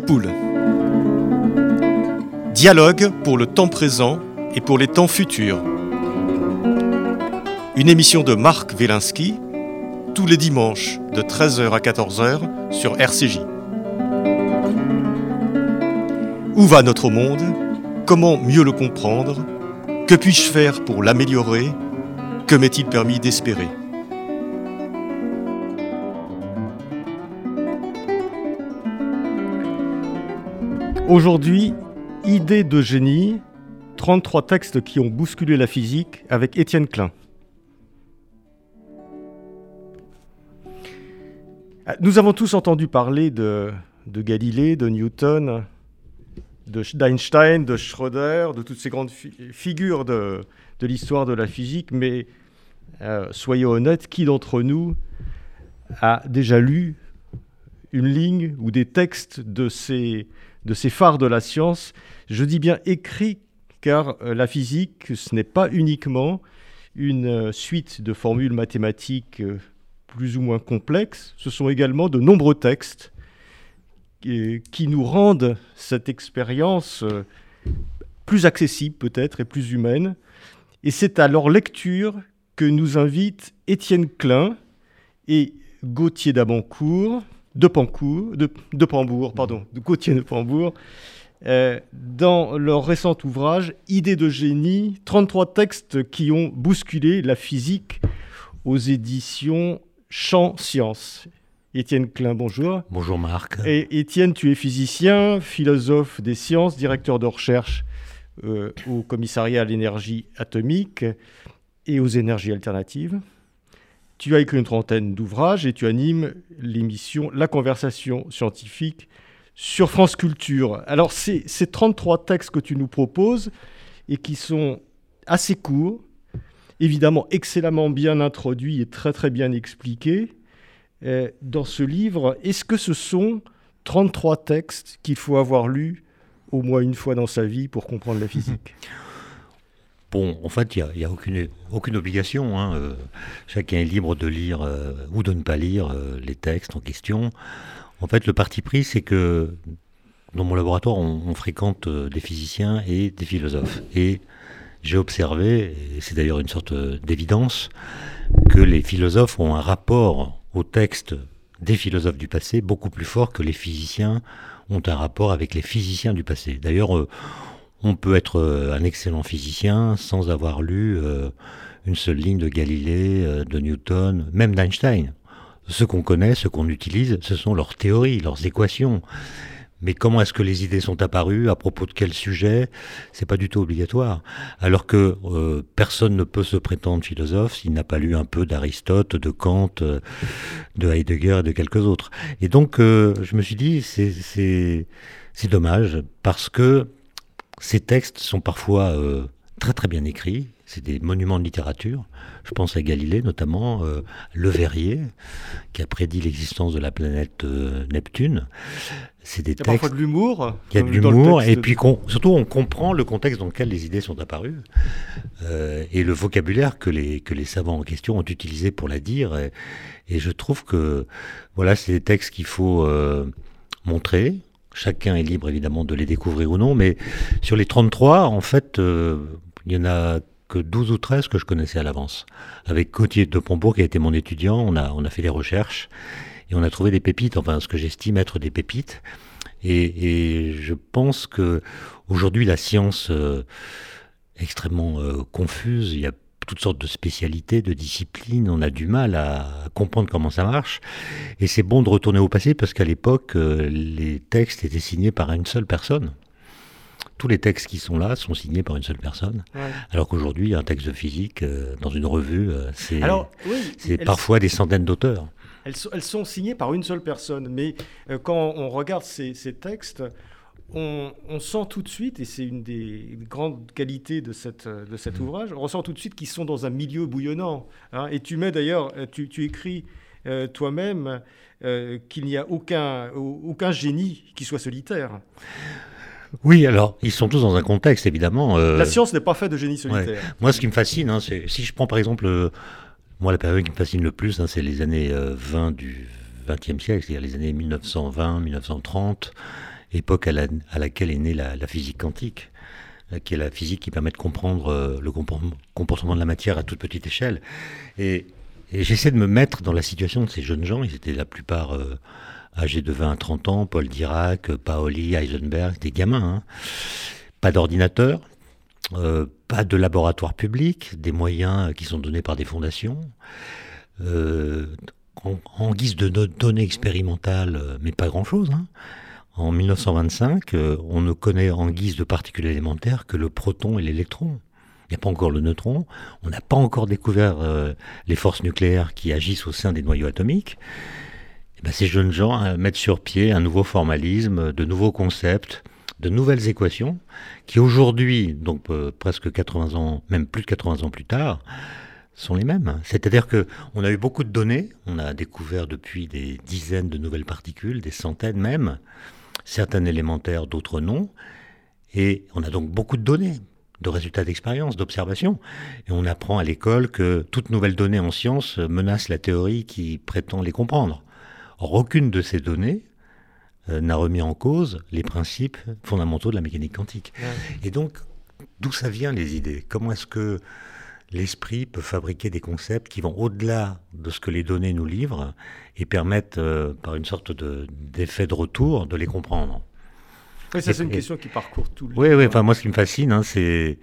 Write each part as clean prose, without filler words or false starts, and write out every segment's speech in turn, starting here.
Poule. Dialogue pour le temps présent et pour les temps futurs. Une émission de Marc Wielinski, tous les dimanches de 13h à 14h sur RCJ. Où va notre monde ? Comment mieux le comprendre ? Que puis-je faire pour l'améliorer ? Que m'est-il permis d'espérer ? Aujourd'hui, idée de génie, 33 textes qui ont bousculé la physique avec Étienne Klein. Nous avons tous entendu parler de Galilée, de Newton, d'Einstein, de Schröder, de toutes ces grandes figures de l'histoire de la physique, mais soyons honnêtes, qui d'entre nous a déjà lu une ligne ou des textes de ces phares de la science? Je dis bien écrit, car la physique, ce n'est pas uniquement une suite de formules mathématiques plus ou moins complexes, ce sont également de nombreux textes qui nous rendent cette expérience plus accessible peut-être et plus humaine. Et c'est à leur lecture que nous invitent Étienne Klein et Gauthier de Gauthier de Pambourg, dans leur récent ouvrage « Idées de génie », 33 textes qui ont bousculé la physique aux éditions Champ Sciences. Étienne Klein, bonjour. Bonjour Marc. Et Étienne, tu es physicien, philosophe des sciences, directeur de recherche au commissariat à l'énergie atomique et aux énergies alternatives. Tu as écrit une trentaine d'ouvrages et tu animes l'émission La Conversation scientifique sur France Culture. Alors, ces 33 textes que tu nous proposes et qui sont assez courts, évidemment excellemment bien introduits et très très bien expliqués dans ce livre, est-ce que ce sont 33 textes qu'il faut avoir lus au moins une fois dans sa vie pour comprendre la physique ? Bon, en fait, il n'y a aucune obligation. Chacun est libre de lire ou de ne pas lire les textes en question. En fait, le parti pris, c'est que dans mon laboratoire, on fréquente des physiciens et des philosophes. Et j'ai observé, et c'est d'ailleurs une sorte d'évidence, que les philosophes ont un rapport au texte des philosophes du passé beaucoup plus fort que les physiciens ont un rapport avec les physiciens du passé. D'ailleurs, on peut être un excellent physicien sans avoir lu une seule ligne de Galilée, de Newton, même d'Einstein. Ce qu'on connaît, ce qu'on utilise, ce sont leurs théories, leurs équations. Mais comment est-ce que les idées sont apparues, à propos de quel sujet ? C'est pas du tout obligatoire. Alors que personne ne peut se prétendre philosophe s'il n'a pas lu un peu d'Aristote, de Kant, de Heidegger et de quelques autres. Et donc, je me suis dit, c'est dommage, parce que ces textes sont parfois très très bien écrits, c'est des monuments de littérature. Je pense à Galilée notamment, Le Verrier, qui a prédit l'existence de la planète Neptune. C'est des textes... Il y a parfois de l'humour. Il y a de l'humour, et puis surtout on comprend le contexte dans lequel les idées sont apparues, et le vocabulaire que les savants en question ont utilisé pour la dire. Et je trouve que voilà, c'est des textes qu'il faut montrer. Chacun est libre évidemment de les découvrir ou non, mais sur les 33, en fait, il y en a que 12 ou 13 que je connaissais à l'avance. Avec Gauthier de Pambourg, qui a été mon étudiant, on a fait des recherches et on a trouvé des pépites, enfin ce que j'estime être des pépites. Et je pense que aujourd'hui la science extrêmement confuse, il y a toutes sortes de spécialités, de disciplines, on a du mal à comprendre comment ça marche. Et c'est bon de retourner au passé parce qu'à l'époque, les textes étaient signés par une seule personne. Tous les textes qui sont là sont signés par une seule personne. Ouais. Alors qu'aujourd'hui, un texte de physique, dans une revue, c'est parfois des centaines d'auteurs. Elles sont signées par une seule personne, mais quand on regarde ces textes, on sent tout de suite, et c'est une des grandes qualités de cet ouvrage, on ressent tout de suite qu'ils sont dans un milieu bouillonnant. Et tu mets d'ailleurs, tu écris toi-même qu'il n'y a aucun génie qui soit solitaire. Oui, alors, ils sont tous dans un contexte, évidemment. La science n'est pas faite de génie solitaire. Ouais. Moi, ce qui me fascine, c'est si je prends par exemple, moi, la période qui me fascine le plus, c'est les années 20 du XXe siècle, c'est-à-dire les années 1920, 1930, époque à laquelle est née la physique quantique, qui est la physique qui permet de comprendre le comportement de la matière à toute petite échelle. Et j'essaie de me mettre dans la situation de ces jeunes gens. Ils étaient la plupart âgés de 20 à 30 ans, Paul Dirac, Paoli, Heisenberg, des gamins. Hein. Pas d'ordinateur, pas de laboratoire public, des moyens qui sont donnés par des fondations. En guise de données expérimentales, mais pas grand-chose. Hein. En 1925, on ne connaît en guise de particules élémentaires que le proton et l'électron. Il n'y a pas encore le neutron, on n'a pas encore découvert les forces nucléaires qui agissent au sein des noyaux atomiques. Et ben, ces jeunes gens mettent sur pied un nouveau formalisme, de nouveaux concepts, de nouvelles équations, qui aujourd'hui, donc presque 80 ans, même plus de 80 ans plus tard, sont les mêmes. C'est-à-dire qu'on a eu beaucoup de données, on a découvert depuis des dizaines de nouvelles particules, des centaines même, certaines élémentaires, d'autres non, et on a donc beaucoup de données, de résultats d'expérience, d'observation. Et on apprend à l'école que toute nouvelle donnée en science menace la théorie qui prétend les comprendre. Or, aucune de ces données n'a remis en cause les principes fondamentaux de la mécanique quantique. Ouais. Et donc, d'où ça vient les idées ? Comment est-ce que l'esprit peut fabriquer des concepts qui vont au-delà de ce que les données nous livrent et permettent, par une sorte d'effet de retour, de les comprendre ? Oui, ça c'est une question qui parcourt tout le livre. Oui, enfin, moi ce qui me fascine, hein, c'est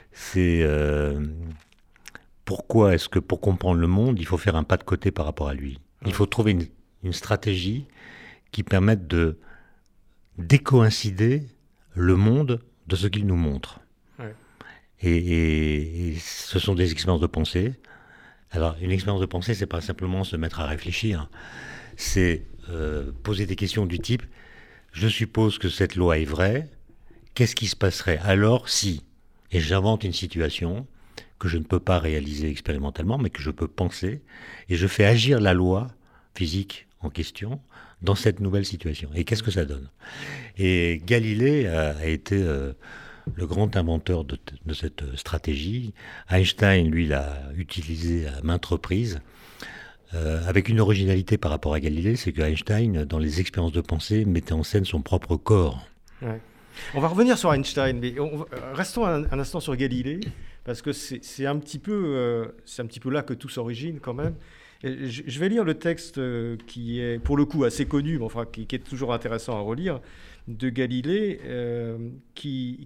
pourquoi est-ce que pour comprendre le monde, il faut faire un pas de côté par rapport à lui. Il faut trouver une stratégie qui permette de décoïncider le monde de ce qu'il nous montre. Ouais. Et ce sont des expériences de pensée. Alors, une expérience de pensée, c'est pas simplement se mettre à réfléchir. C'est poser des questions du type « Je suppose que cette loi est vraie. Qu'est-ce qui se passerait alors si ?» Et j'invente une situation que je ne peux pas réaliser expérimentalement, mais que je peux penser. Et je fais agir la loi physique en question dans cette nouvelle situation. Et qu'est-ce que ça donne ? Et Galilée a été le grand inventeur de cette stratégie. Einstein, lui, l'a utilisé à maintes reprises. Avec une originalité par rapport à Galilée, c'est que Einstein, dans les expériences de pensée, mettait en scène son propre corps. Ouais. On va revenir sur Einstein, mais restons un instant sur Galilée, parce que c'est un petit peu là que tout s'origine quand même. Et je vais lire le texte qui est, pour le coup, assez connu, mais enfin, qui est toujours intéressant à relire, de Galilée, qui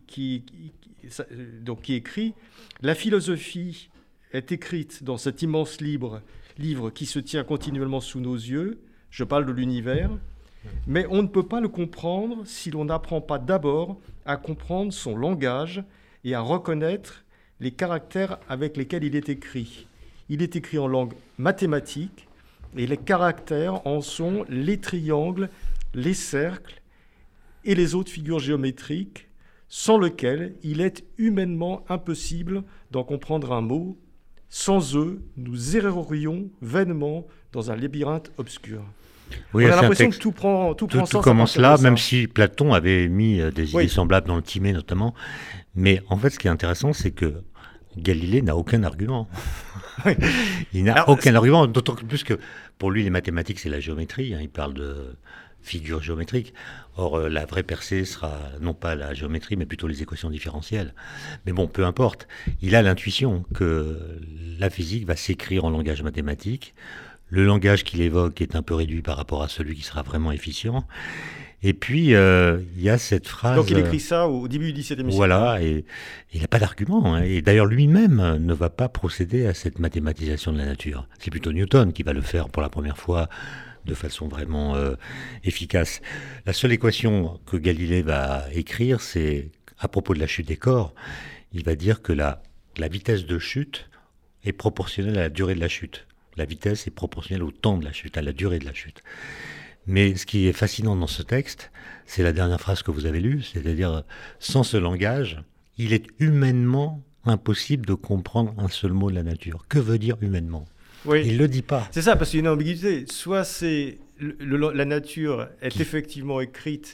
écrit « La philosophie est écrite dans cet immense livre qui se tient continuellement sous nos yeux, je parle de l'univers, mais on ne peut pas le comprendre si l'on n'apprend pas d'abord à comprendre son langage et à reconnaître les caractères avec lesquels il est écrit. Il est écrit en langue mathématique et les caractères en sont les triangles, les cercles et les autres figures géométriques, sans lesquelles il est humainement impossible d'en comprendre un mot. Sans eux, nous errerions vainement dans un labyrinthe obscur. » Oui, on a l'impression que tout commence là, même si Platon avait mis des idées semblables dans le Timée notamment. Mais en fait, ce qui est intéressant, c'est que Galilée n'a aucun argument. Il n'a aucun argument, d'autant plus que pour lui, les mathématiques, c'est la géométrie. Hein, il parle de figures géométriques. Or, la vraie percée sera non pas la géométrie, mais plutôt les équations différentielles. Mais bon, peu importe. Il a l'intuition que la physique va s'écrire en langage mathématique. Le langage qu'il évoque est un peu réduit par rapport à celui qui sera vraiment efficient. Et puis, il y a cette phrase... Donc il écrit ça au début du XVIIe siècle. Voilà, et il n'a pas d'argument. Hein, et d'ailleurs, lui-même ne va pas procéder à cette mathématisation de la nature. C'est plutôt Newton qui va le faire pour la première fois de façon vraiment efficace. La seule équation que Galilée va écrire, c'est à propos de la chute des corps. Il va dire que la vitesse de chute est proportionnelle à la durée de la chute. La vitesse est proportionnelle au temps de la chute, à la durée de la chute. Mais ce qui est fascinant dans ce texte, c'est la dernière phrase que vous avez lue, c'est-à-dire, sans ce langage, il est humainement impossible de comprendre un seul mot de la nature. Que veut dire humainement ? Oui. Il ne le dit pas. C'est ça, parce qu'il y a une ambiguïté. Soit la nature est effectivement écrite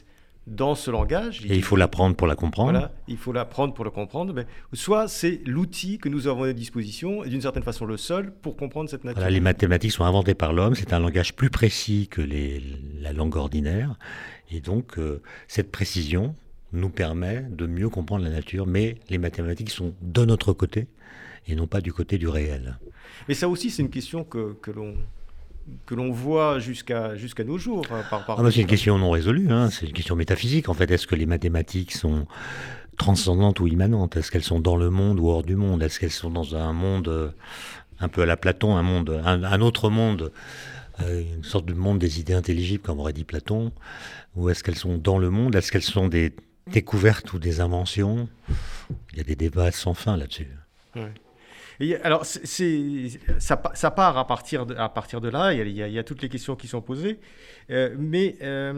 dans ce langage. Et il faut l'apprendre pour la comprendre. Voilà, il faut l'apprendre pour le comprendre. Mais soit c'est l'outil que nous avons à disposition, et d'une certaine façon le seul, pour comprendre cette nature. Voilà, les mathématiques sont inventées par l'homme, c'est un langage plus précis que la langue ordinaire. Et donc, cette précision nous permet de mieux comprendre la nature, mais les mathématiques sont de notre côté, et non pas du côté du réel. Mais ça aussi, c'est une question que l'on voit jusqu'à nos jours. C'est une question non résolue, hein. C'est une question métaphysique. En fait, est-ce que les mathématiques sont transcendantes ou immanentes? Est-ce qu'elles sont dans le monde ou hors du monde? Est-ce qu'elles sont dans un monde un peu à la Platon, un autre monde, une sorte de monde des idées intelligibles, comme aurait dit Platon? Ou est-ce qu'elles sont dans le monde? Est-ce qu'elles sont des découvertes ou des inventions? Il y a des débats sans fin là-dessus. Ouais. Alors, ça part à partir de là, il y a toutes les questions qui sont posées, mais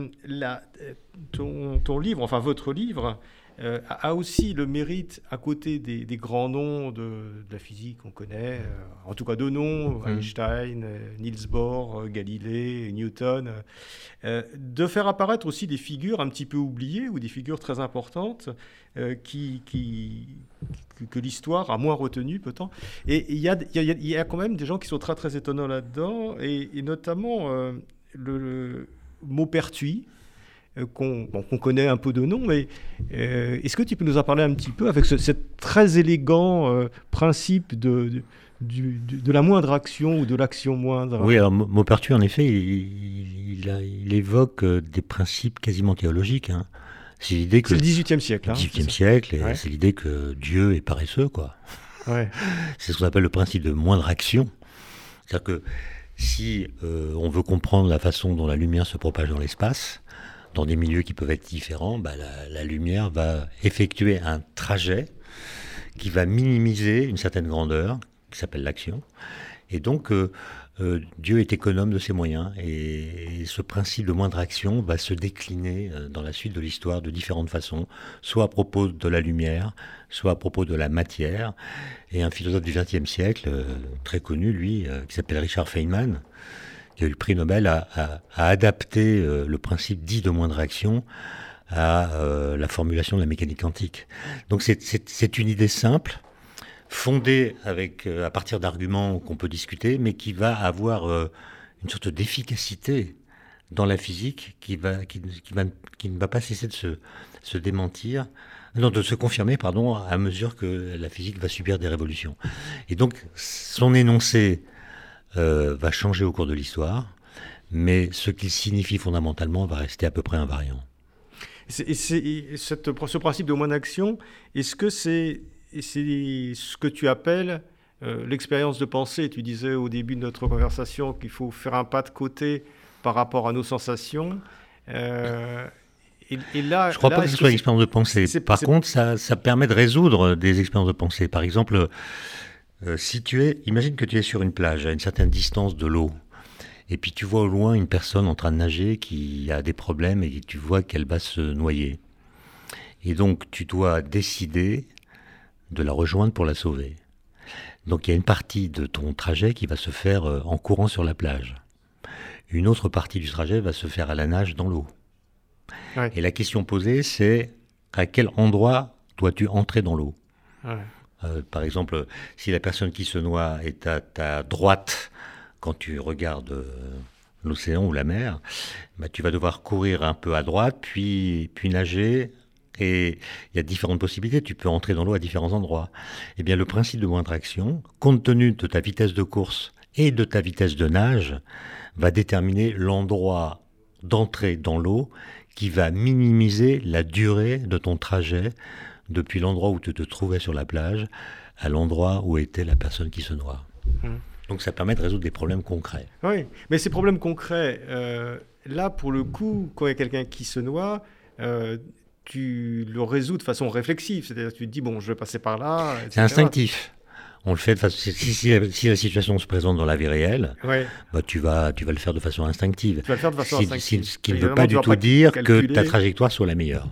ton livre, enfin votre livre, a aussi le mérite, à côté des grands noms de la physique qu'on connaît, en tout cas de noms, Einstein, Niels Bohr, Galilée, Newton, de faire apparaître aussi des figures un petit peu oubliées ou des figures très importantes que l'histoire a moins retenues peut-être. Et il y a quand même des gens qui sont très très étonnants là-dedans, et notamment le Maupertuis, qu'on connaît un peu de nom, mais est-ce que tu peux nous en parler un petit peu avec ce très élégant principe de la moindre action ou de l'action moindre? Oui, alors Maupertuis, en effet, il évoque des principes quasiment théologiques, hein. C'est l'idée que c'est le XVIIIe siècle. Le XVIIIe siècle, et c'est l'idée que Dieu est paresseux, quoi. Ouais. C'est ce qu'on appelle le principe de moindre action. C'est-à-dire que si on veut comprendre la façon dont la lumière se propage dans l'espace, dans des milieux qui peuvent être différents, la lumière va effectuer un trajet qui va minimiser une certaine grandeur, qui s'appelle l'action. Et donc, Dieu est économe de ses moyens. Et ce principe de moindre action va se décliner dans la suite de l'histoire de différentes façons, soit à propos de la lumière, soit à propos de la matière. Et un philosophe du XXe siècle, très connu, lui, qui s'appelle Richard Feynman, qui a eu le prix Nobel, a adapté le principe dit de moindre action à la formulation de la mécanique quantique. Donc c'est une idée simple, fondée à partir d'arguments qu'on peut discuter, mais qui va avoir une sorte d'efficacité dans la physique qui ne va pas cesser de se démentir, non, de se confirmer, pardon, à mesure que la physique va subir des révolutions. Et donc son énoncé va changer au cours de l'histoire, mais ce qu'il signifie fondamentalement va rester à peu près invariant. Ce principe de moins d'action, est-ce que c'est ce que tu appelles l'expérience de pensée? Tu disais au début de notre conversation qu'il faut faire un pas de côté par rapport à nos sensations. Et là, je ne crois pas que ce soit l'expérience de pensée. Par contre, ça permet de résoudre des expériences de pensée. Par exemple, imagine que tu es sur une plage à une certaine distance de l'eau, et puis tu vois au loin une personne en train de nager qui a des problèmes et tu vois qu'elle va se noyer. Et donc tu dois décider de la rejoindre pour la sauver. Donc il y a une partie de ton trajet qui va se faire en courant sur la plage. Une autre partie du trajet va se faire à la nage dans l'eau. Ouais. Et la question posée, c'est à quel endroit dois-tu entrer dans l'eau? Ouais. Par exemple, si la personne qui se noie est à ta droite quand tu regardes l'océan ou la mer, tu vas devoir courir un peu à droite, puis nager. Et il y a différentes possibilités, tu peux entrer dans l'eau à différents endroits. Eh bien, le principe de moindre action, compte tenu de ta vitesse de course et de ta vitesse de nage, va déterminer l'endroit d'entrée dans l'eau qui va minimiser la durée de ton trajet depuis l'endroit où tu te trouvais sur la plage à l'endroit où était la personne qui se noie. Donc ça permet de résoudre des problèmes concrets. Oui, mais ces problèmes concrets, là, pour le coup, quand il y a quelqu'un qui se noie, tu le résous de façon réflexive. C'est-à-dire que tu te dis, bon, je vais passer par là, etc. C'est instinctif. On le fait de façon... Si la situation se présente dans la vie réelle, ouais. Tu vas le faire de façon instinctive. Tu vas le faire de façon instinctive. Ce qui ne veut pas du tout dire que ta trajectoire soit la meilleure.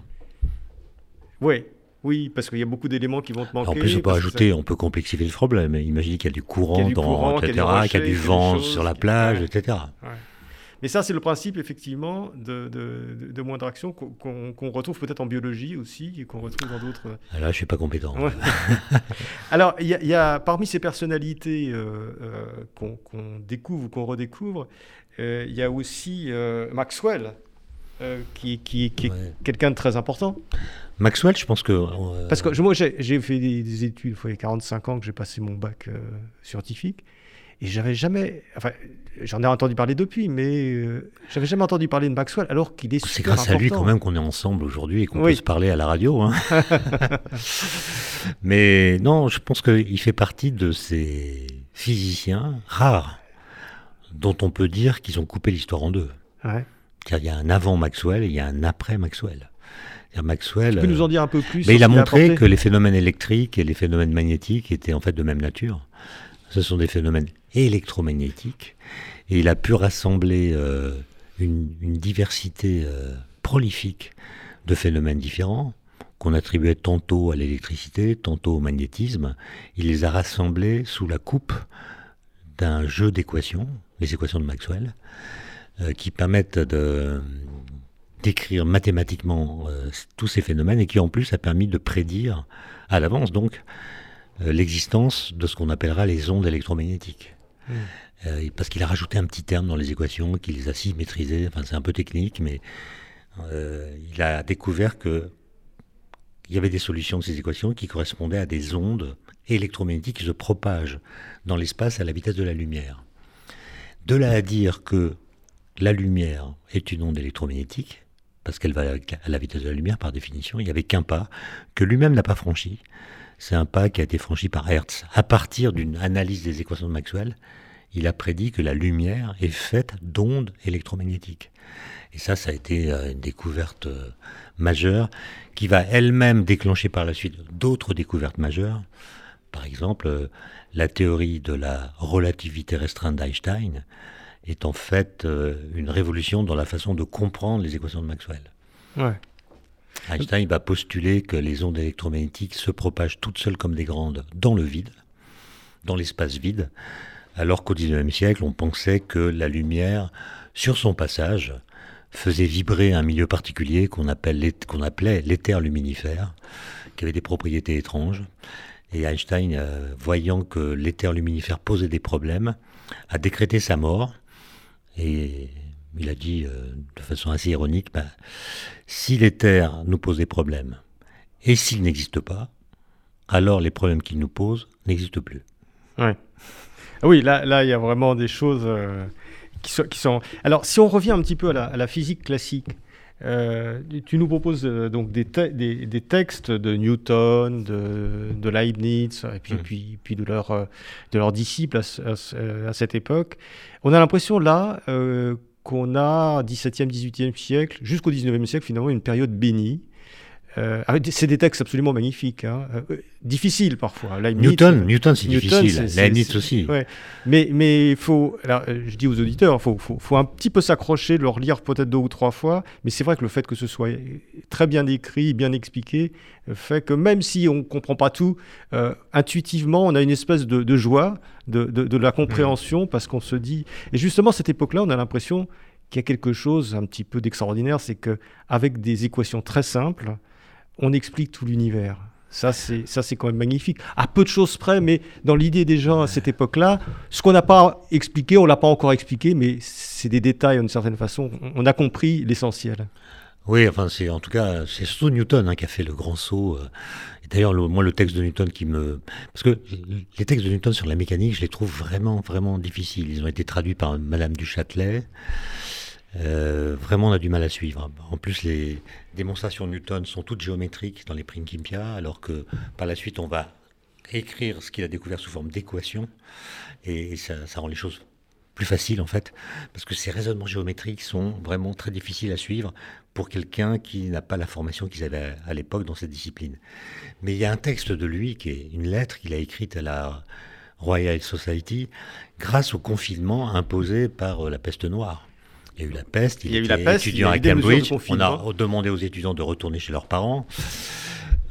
Oui, parce qu'il y a beaucoup d'éléments qui vont te manquer. En plus, on peut complexifier le problème. Imaginez qu'il y a du courant, etc., qu'il y a du vent sur la plage, etc. Ouais. Mais ça, c'est le principe, effectivement, de moindre action qu'on retrouve peut-être en biologie aussi, et qu'on retrouve dans d'autres... Ah là, je ne suis pas compétent. Ouais. Alors, il y a parmi ces personnalités qu'on découvre ou qu'on redécouvre, il y a aussi Maxwell, qui est quelqu'un de très important. Maxwell, je pense que... Parce que moi, j'ai fait des études, il y a 45 ans que j'ai passé mon bac scientifique, et j'avais jamais... Enfin, j'en ai entendu parler depuis, mais j'avais jamais entendu parler de Maxwell, alors qu'il est super important. C'est grâce à lui quand même qu'on est ensemble aujourd'hui et qu'on peut se parler à la radio. Hein. Mais non, je pense qu'il fait partie de ces physiciens rares dont on peut dire qu'ils ont coupé l'histoire en deux. Ouais. Car il y a un avant Maxwell et il y a un après Maxwell. Maxwell, tu peux nous en dire un peu plus? Mais il a montré que les phénomènes électriques et les phénomènes magnétiques étaient en fait de même nature. Ce sont des phénomènes électromagnétiques. Et il a pu rassembler une diversité prolifique de phénomènes différents qu'on attribuait tantôt à l'électricité, tantôt au magnétisme. Il les a rassemblés sous la coupe d'un jeu d'équations, les équations de Maxwell, qui permettent d'écrire mathématiquement tous ces phénomènes et qui en plus a permis de prédire à l'avance donc l'existence de ce qu'on appellera les ondes électromagnétiques. Parce qu'il a rajouté un petit terme dans les équations, qu'il les a symétrisées, enfin c'est un peu technique, mais il a découvert qu'il y avait des solutions de ces équations qui correspondaient à des ondes électromagnétiques qui se propagent dans l'espace à la vitesse de la lumière. De là à dire que la lumière est une onde électromagnétique, parce qu'elle va à la vitesse de la lumière par définition, il n'y avait qu'un pas que lui-même n'a pas franchi. C'est un pas qui a été franchi par Hertz. À partir d'une analyse des équations de Maxwell, il a prédit que la lumière est faite d'ondes électromagnétiques. Et ça a été une découverte majeure qui va elle-même déclencher par la suite d'autres découvertes majeures. Par exemple, la théorie de la relativité restreinte d'Einstein est en fait une révolution dans la façon de comprendre les équations de Maxwell. Ouais. Einstein va postuler que les ondes électromagnétiques se propagent toutes seules comme des grandes dans le vide, dans l'espace vide, alors qu'au XIXe siècle, on pensait que la lumière, sur son passage, faisait vibrer un milieu particulier qu'on appelait l'éther luminifère, qui avait des propriétés étranges. Et Einstein, voyant que l'éther luminifère posait des problèmes, a décrété sa mort. Et il a dit de façon assez ironique, si l'éther nous pose des problèmes, et s'il n'existe pas, alors les problèmes qu'il nous pose n'existent plus. Ouais. Oui, là, il y a vraiment des choses qui sont... Alors, si on revient un petit peu à la physique classique, tu nous proposes donc des textes de Newton, de Leibniz, et puis de leurs disciples à cette époque. On a l'impression là qu'on a 17e, 18e siècle, jusqu'au 19e siècle, finalement, une période bénie. C'est des textes absolument magnifiques, hein. Difficiles parfois. Newton, c'est difficile. Leibniz aussi. Ouais. Mais faut, alors, je dis aux auditeurs, faut un petit peu s'accrocher, leur lire peut-être 2 ou 3 fois. Mais c'est vrai que le fait que ce soit très bien écrit, bien expliqué, fait que même si on ne comprend pas tout, intuitivement, on a une espèce de joie de la compréhension, parce qu'on se dit... Et justement, à cette époque-là, on a l'impression qu'il y a quelque chose un petit peu d'extraordinaire, c'est qu'avec des équations très simples, on explique tout l'univers. Ça, c'est quand même magnifique. À peu de choses près, mais dans l'idée des gens à cette époque-là, ce qu'on n'a pas expliqué, on ne l'a pas encore expliqué, mais c'est des détails d'une certaine façon. On a compris l'essentiel. Oui, enfin, en tout cas, c'est surtout Newton qui a fait le grand saut. Et d'ailleurs, moi, le texte de Newton parce que les textes de Newton sur la mécanique, je les trouve vraiment, vraiment difficiles. Ils ont été traduits par Madame du Châtelet. Vraiment, on a du mal à suivre. En plus, les démonstrations de Newton sont toutes géométriques dans les Principia, alors que par la suite, on va écrire ce qu'il a découvert sous forme d'équations, et ça rend les choses plus faciles, en fait, parce que ces raisonnements géométriques sont vraiment très difficiles à suivre pour quelqu'un qui n'a pas la formation qu'ils avaient à l'époque dans cette discipline. Mais il y a un texte de lui, qui est une lettre qu'il a écrite à la Royal Society, grâce au confinement imposé par la peste noire. Il y a eu la peste, il était étudiant à Cambridge, on a demandé aux étudiants de retourner chez leurs parents.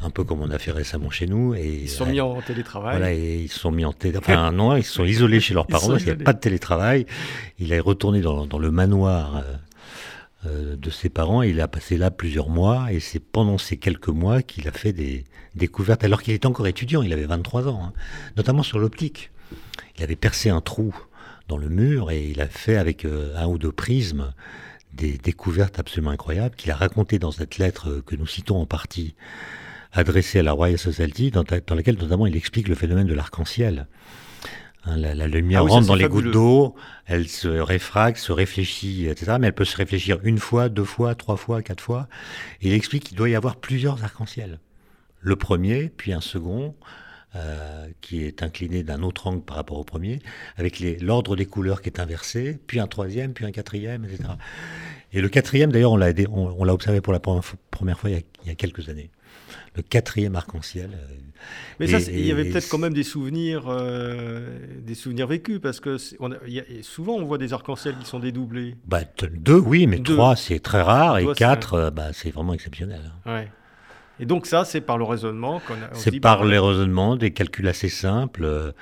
un peu comme on a fait récemment chez nous. Et, Ils se sont mis en télétravail. Voilà, et ils se sont mis en télétravail. Enfin, non, ils se sont isolés chez leurs parents parce qu'il n'y avait pas de télétravail. Il est retourné dans le manoir de ses parents et il a passé là plusieurs mois. Et c'est pendant ces quelques mois qu'il a fait des découvertes, alors qu'il était encore étudiant, il avait 23 ans, hein, notamment sur l'optique. Il avait percé un trou dans le mur et il a fait avec un ou deux prismes des découvertes absolument incroyables qu'il a racontées dans cette lettre que nous citons en partie, adressée à la Royal Society, dans laquelle notamment il explique le phénomène de l'arc-en-ciel. Hein, la lumière rentre dans les gouttes d'eau, elle se réfracte, se réfléchit, etc. Mais elle peut se réfléchir une fois, deux fois, trois fois, quatre fois. Et il explique qu'il doit y avoir plusieurs arcs-en-ciel. Le premier, puis un second, qui est incliné d'un autre angle par rapport au premier, avec l'ordre des couleurs qui est inversé, puis un troisième, puis un quatrième, etc. Et le quatrième, d'ailleurs, on l'a observé pour la première fois il y a quelques années. Le quatrième arc-en-ciel. Mais ça, il y avait peut-être quand même des souvenirs vécus, parce que souvent on voit des arcs-en-ciel qui sont dédoublés. Bah, deux, oui, mais trois, c'est très rare, et quatre, c'est vraiment exceptionnel. Ouais. Et donc ça, c'est par le raisonnement qu'on a... C'est par les raisonnements, des calculs assez simples.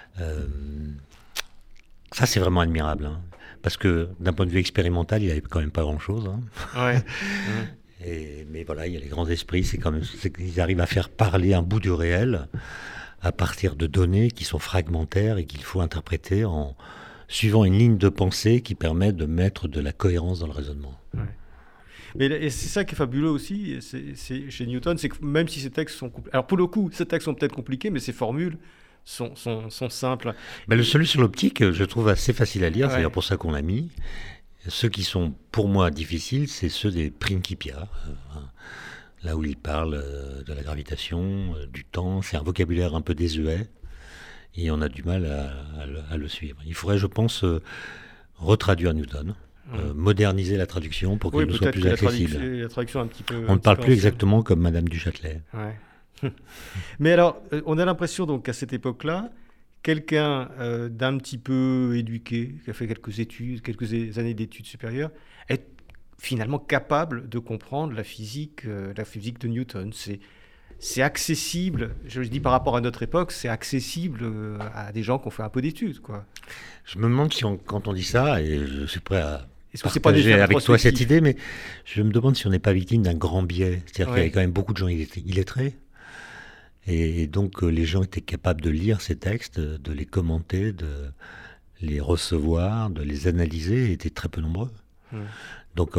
Ça, c'est vraiment admirable. Hein, parce que d'un point de vue expérimental, il n'y avait quand même pas grand-chose. Hein. Ouais. Mais voilà, il y a les grands esprits, ils arrivent à faire parler un bout du réel à partir de données qui sont fragmentaires et qu'il faut interpréter en suivant une ligne de pensée qui permet de mettre de la cohérence dans le raisonnement. Ouais. Mais c'est ça qui est fabuleux aussi, c'est chez Newton, c'est que même si ces textes sont... Alors pour le coup, ces textes sont peut-être compliqués, mais ces formules sont simples. Mais celui sur l'optique, je trouve assez facile à lire, c'est d'ailleurs pour ça qu'on l'a mis. Ceux qui sont pour moi difficiles, c'est ceux des Principia, là où il parle de la gravitation, du temps. C'est un vocabulaire un peu désuet et on a du mal à le suivre. Il faudrait, je pense, retraduire Newton, moderniser la traduction pour qu'il nous soit plus accessible. La traduction un petit peu, on ne parle plus exactement comme Madame du Châtelet. Ouais. Mais alors, on a l'impression donc qu'à cette époque-là, quelqu'un d'un petit peu éduqué, qui a fait quelques études, quelques années d'études supérieures, est finalement capable de comprendre la physique de Newton. C'est accessible, je dis par rapport à notre époque, c'est accessible à des gens qui ont fait un peu d'études, quoi. Je me demande si quand on dit ça, et je suis prêt à partager avec toi cette idée, mais je me demande si on n'est pas victime d'un grand biais. C'est-à-dire qu'il y avait quand même beaucoup de gens illettrés. Et donc les gens étaient capables de lire ces textes, de les commenter, de les recevoir, de les analyser, et étaient très peu nombreux. Donc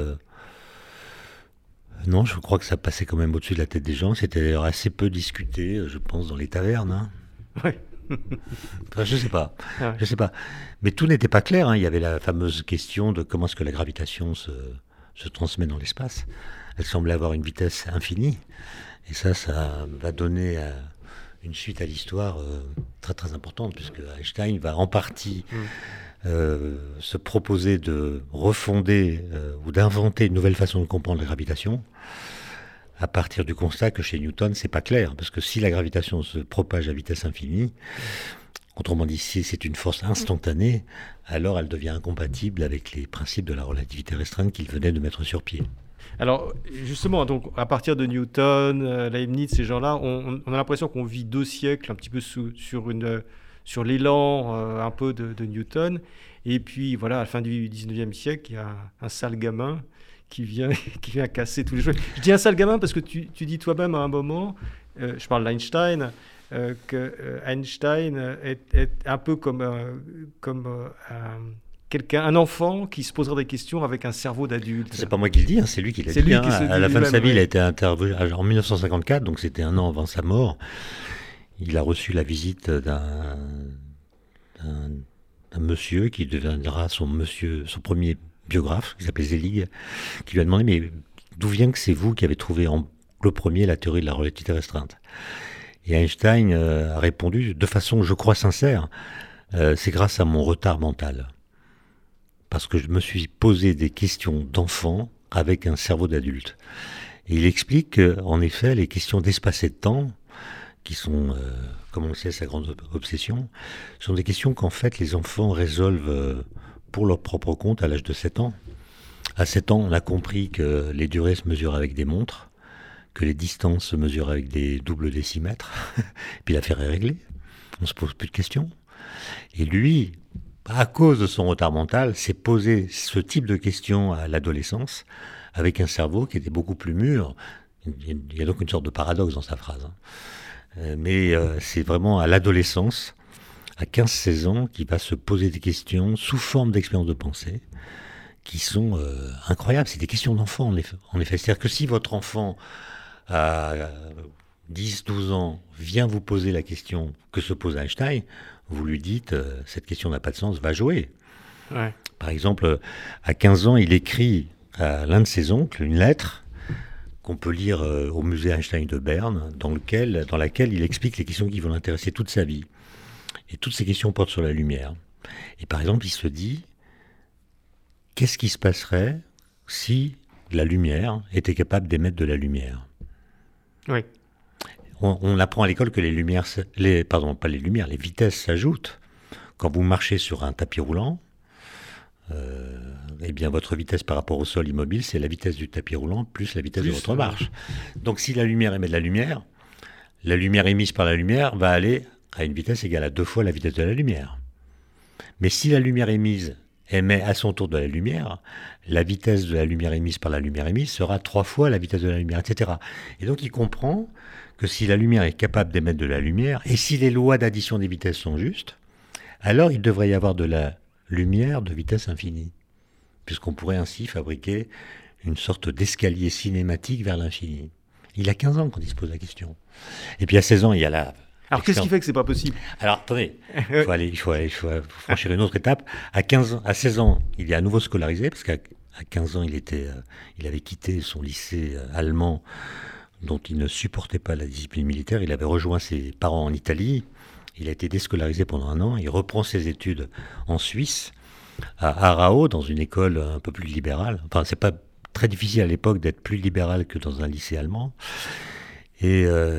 non, je crois que ça passait quand même au-dessus de la tête des gens. C'était d'ailleurs assez peu discuté, je pense, dans les tavernes. Hein. Ouais. Enfin, je sais pas. Mais tout n'était pas clair. Hein. Il y avait la fameuse question de comment est-ce que la gravitation se transmet dans l'espace. Elle semblait avoir une vitesse infinie. Et ça va donner une suite à l'histoire très très importante, puisque Einstein va en partie se proposer de refonder ou d'inventer une nouvelle façon de comprendre la gravitation, à partir du constat que chez Newton, c'est pas clair, parce que si la gravitation se propage à vitesse infinie, autrement dit, si c'est une force instantanée, alors elle devient incompatible avec les principes de la relativité restreinte qu'il venait de mettre sur pied. Alors, justement, donc, à partir de Newton, Leibniz, ces gens-là, on a l'impression qu'on vit 2 siècles un petit peu sur l'élan un peu de Newton. Et puis, voilà, à la fin du 19e siècle, il y a un sale gamin qui vient casser tous les jeux. Je dis un sale gamin parce que tu dis toi-même à un moment, je parle d'Einstein, que Einstein est un peu comme un enfant qui se posera des questions avec un cerveau d'adulte. C'est pas moi qui le dis, hein, c'est lui qui l'a dit. Lui à la fin de sa vie, il a été interviewé en 1954, donc c'était un an avant sa mort. Il a reçu la visite d'un monsieur qui deviendra son premier biographe, qui s'appelait Selig, qui lui a demandé « Mais d'où vient que c'est vous qui avez trouvé le premier la théorie de la relativité restreinte ?» Et Einstein a répondu de façon, je crois, sincère, c'est grâce à mon retard mental. Parce que je me suis posé des questions d'enfant avec un cerveau d'adulte. Et il explique qu'en effet, les questions d'espace et de temps, qui sont, comme on le sait, sa grande obsession, sont des questions qu'en fait les enfants résolvent pour leur propre compte à l'âge de 7 ans. À 7 ans, on a compris que les durées se mesurent avec des montres, que les distances se mesurent avec des doubles décimètres, puis l'affaire est réglée, on se pose plus de questions. Et lui, à cause de son retard mental, s'est posé ce type de questions à l'adolescence, avec un cerveau qui était beaucoup plus mûr. Il y a donc une sorte de paradoxe dans sa phrase. Mais c'est vraiment à l'adolescence, à 15-16 ans, qu'il va se poser des questions sous forme d'expériences de pensée, qui sont incroyables. C'est des questions d'enfant, en effet. C'est-à-dire que si votre enfant, à 10-12 ans, vient vous poser la question que se pose Einstein, vous lui dites cette question n'a pas de sens, va jouer. Ouais. Par exemple, à 15 ans, il écrit à l'un de ses oncles une lettre qu'on peut lire au musée Einstein de Berne, dans laquelle il explique les questions qui vont l'intéresser toute sa vie. Et toutes ces questions portent sur la lumière. Et par exemple, il se dit, qu'est-ce qui se passerait si la lumière était capable d'émettre de la lumière ? Oui. On apprend à l'école que les vitesses s'ajoutent. Quand vous marchez sur un tapis roulant, eh bien votre vitesse par rapport au sol immobile, c'est la vitesse du tapis roulant plus la vitesse de votre marche. Donc si la lumière émet de la lumière émise par la lumière va aller à une vitesse égale à 2 fois la vitesse de la lumière. Mais si la lumière émise émet à son tour de la lumière, la vitesse de la lumière émise par la lumière émise sera 3 fois la vitesse de la lumière, etc. Et donc il comprend que si la lumière est capable d'émettre de la lumière, et si les lois d'addition des vitesses sont justes, alors il devrait y avoir de la lumière de vitesse infinie, puisqu'on pourrait ainsi fabriquer une sorte d'escalier cinématique vers l'infini. Il a 15 ans quand il se pose la question. Et puis à 16 ans, il y a la... Alors qu'est-ce qui fait que c'est pas possible ? Alors attendez, il faut franchir une autre étape. À 16 ans, il est à nouveau scolarisé, parce qu'à 15 ans, il avait quitté son lycée allemand, dont il ne supportait pas la discipline militaire. Il avait rejoint ses parents en Italie. Il a été déscolarisé pendant 1 an. Il reprend ses études en Suisse, à Aarau, dans une école un peu plus libérale. Enfin, c'est pas très difficile à l'époque d'être plus libéral que dans un lycée allemand. Et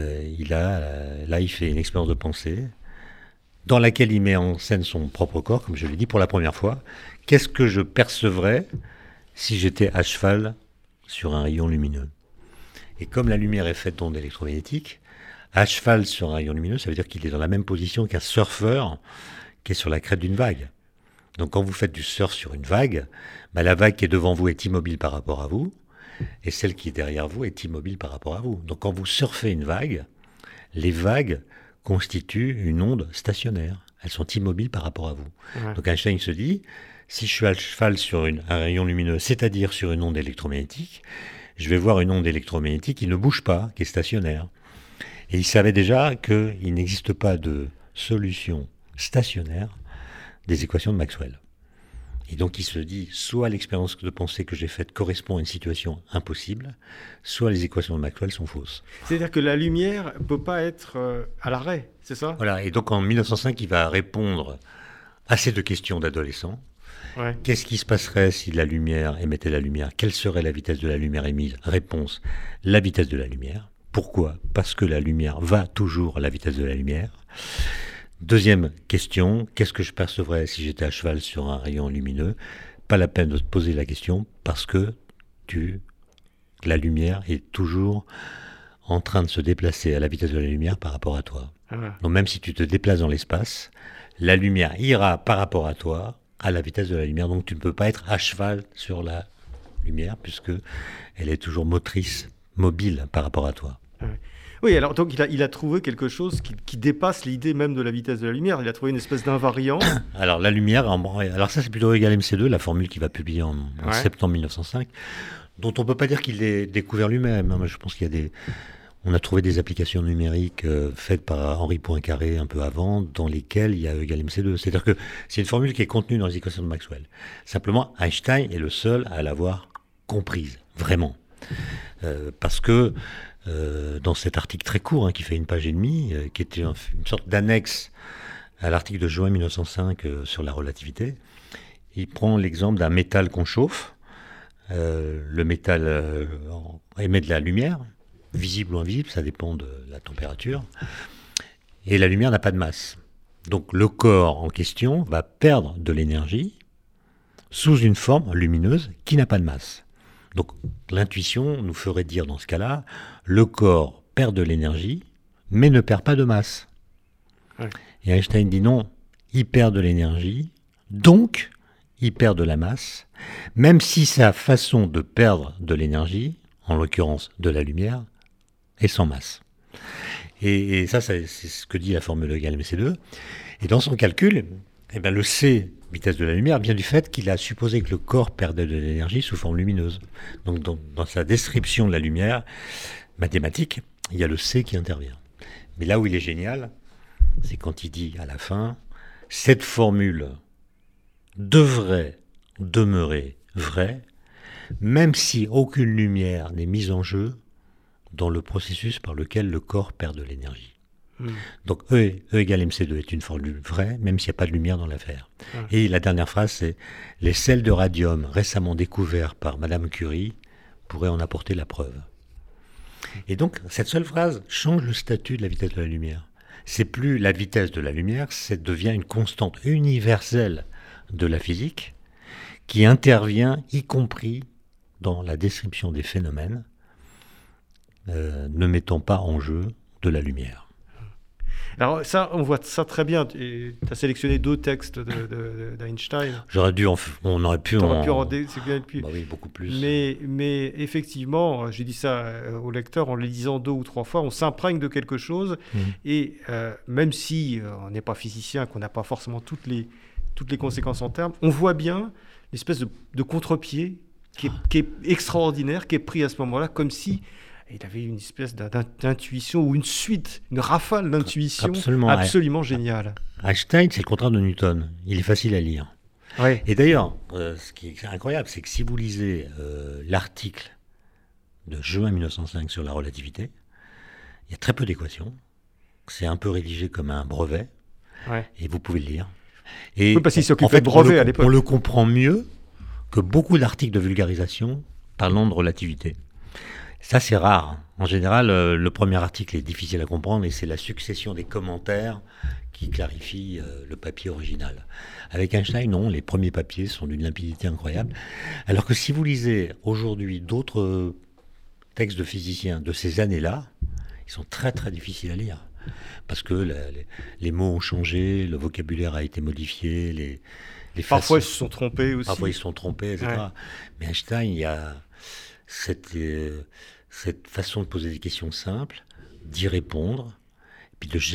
il fait une expérience de pensée dans laquelle il met en scène son propre corps, comme je l'ai dit, pour la première fois. Qu'est-ce que je percevrais si j'étais à cheval sur un rayon lumineux ? Et comme la lumière est faite d'ondes électromagnétiques, à cheval sur un rayon lumineux, ça veut dire qu'il est dans la même position qu'un surfeur qui est sur la crête d'une vague. Donc quand vous faites du surf sur une vague, la vague qui est devant vous est immobile par rapport à vous, et celle qui est derrière vous est immobile par rapport à vous. Donc quand vous surfez une vague, les vagues constituent une onde stationnaire. Elles sont immobiles par rapport à vous. Ouais. Donc Einstein se dit, si je suis à cheval sur un rayon lumineux, c'est-à-dire sur une onde électromagnétique, je vais voir une onde électromagnétique qui ne bouge pas, qui est stationnaire. Et il savait déjà qu'il n'existe pas de solution stationnaire des équations de Maxwell. Et donc il se dit, soit l'expérience de pensée que j'ai faite correspond à une situation impossible, soit les équations de Maxwell sont fausses. C'est-à-dire que la lumière ne peut pas être à l'arrêt, c'est ça ? Voilà, et donc en 1905, il va répondre à ces 2 questions d'adolescent. Ouais. Qu'est-ce qui se passerait si la lumière émettait la lumière ? Quelle serait la vitesse de la lumière émise ? Réponse, la vitesse de la lumière. Pourquoi ? Parce que la lumière va toujours à la vitesse de la lumière. Deuxième question, qu'est-ce que je percevrais si j'étais à cheval sur un rayon lumineux ? Pas la peine de te poser la question, parce que la lumière est toujours en train de se déplacer à la vitesse de la lumière par rapport à toi. Donc même si tu te déplaces dans l'espace, la lumière ira par rapport à toi à la vitesse de la lumière. Donc tu ne peux pas être à cheval sur la lumière, puisque elle est toujours motrice, mobile par rapport à toi. Oui, alors donc il a trouvé quelque chose qui dépasse l'idée même de la vitesse de la lumière. Il a trouvé une espèce d'invariant. Alors la lumière, alors ça c'est plutôt égal MC2, la formule qu'il va publier en septembre 1905, dont on ne peut pas dire qu'il l'ait découvert lui-même. Je pense on a trouvé des applications numériques faites par Henri Poincaré un peu avant, dans lesquelles il y a E égale MC2. C'est-à-dire que c'est une formule qui est contenue dans les équations de Maxwell. Simplement, Einstein est le seul à l'avoir comprise, vraiment. Parce que dans cet article très court, qui fait 1 page et demie, qui était une sorte d'annexe à l'article de juin 1905 sur la relativité, il prend l'exemple d'un métal qu'on chauffe. Le métal émet de la lumière, visible ou invisible, ça dépend de la température, et la lumière n'a pas de masse. Donc le corps en question va perdre de l'énergie sous une forme lumineuse qui n'a pas de masse. Donc l'intuition nous ferait dire dans ce cas-là, le corps perd de l'énergie, mais ne perd pas de masse. Ouais. Et Einstein dit non, il perd de l'énergie, donc il perd de la masse, même si sa façon de perdre de l'énergie, en l'occurrence de la lumière, est sans masse. Et ça, c'est ce que dit la formule égale mc2. Et dans son calcul, eh ben, le c, vitesse de la lumière, vient du fait qu'il a supposé que le corps perdait de l'énergie sous forme lumineuse. Donc dans sa description de la lumière mathématique, il y a le c qui intervient. Mais là où il est génial, c'est quand il dit à la fin, cette formule devrait demeurer vraie, même si aucune lumière n'est mise en jeu dans le processus par lequel le corps perd de l'énergie. Donc E égale mc2 est une formule vraie, même s'il n'y a pas de lumière dans l'affaire. Et la dernière phrase, c'est « Les sels de radium récemment découverts par Madame Curie pourraient en apporter la preuve ». Et donc, cette seule phrase change le statut de la vitesse de la lumière. C'est plus la vitesse de la lumière, ça devient une constante universelle de la physique qui intervient, y compris dans la description des phénomènes, ne mettant pas en jeu de la lumière. Alors ça, on voit ça très bien. Tu as sélectionné 2 textes d'Einstein. On aurait pu Bah oui, beaucoup plus. Mais effectivement, j'ai dit ça au lecteur, en le lisant 2 ou 3 fois, on s'imprègne de quelque chose. Et même si on n'est pas physicien, qu'on n'a pas forcément toutes les conséquences en termes, on voit bien l'espèce de contre-pied qui est extraordinaire, qui est pris à ce moment-là, comme si il avait une espèce d'intuition ou une suite, une rafale d'intuition absolument géniale. Einstein, c'est le contraire de Newton. Il est facile à lire. Ouais. Et d'ailleurs, ce qui est incroyable, c'est que si vous lisez l'article de juin 1905 sur la relativité, il y a très peu d'équations. C'est un peu rédigé comme un brevet. Ouais. Et vous pouvez le lire. Et oui, parce qu'il s'occupait de brevet à l'époque. On le comprend mieux que beaucoup d'articles de vulgarisation parlant de relativité. Ça, c'est rare. En général, le premier article est difficile à comprendre et c'est la succession des commentaires qui clarifie le papier original. Avec Einstein, non, les premiers papiers sont d'une limpidité incroyable. Alors que si vous lisez aujourd'hui d'autres textes de physiciens de ces années-là, ils sont très très difficiles à lire. Parce que les mots ont changé, le vocabulaire a été modifié, parfois ils se sont trompés aussi. Parfois ils se sont trompés, etc. Ouais. Mais Einstein, il y a cette façon de poser des questions simples, d'y répondre, puis de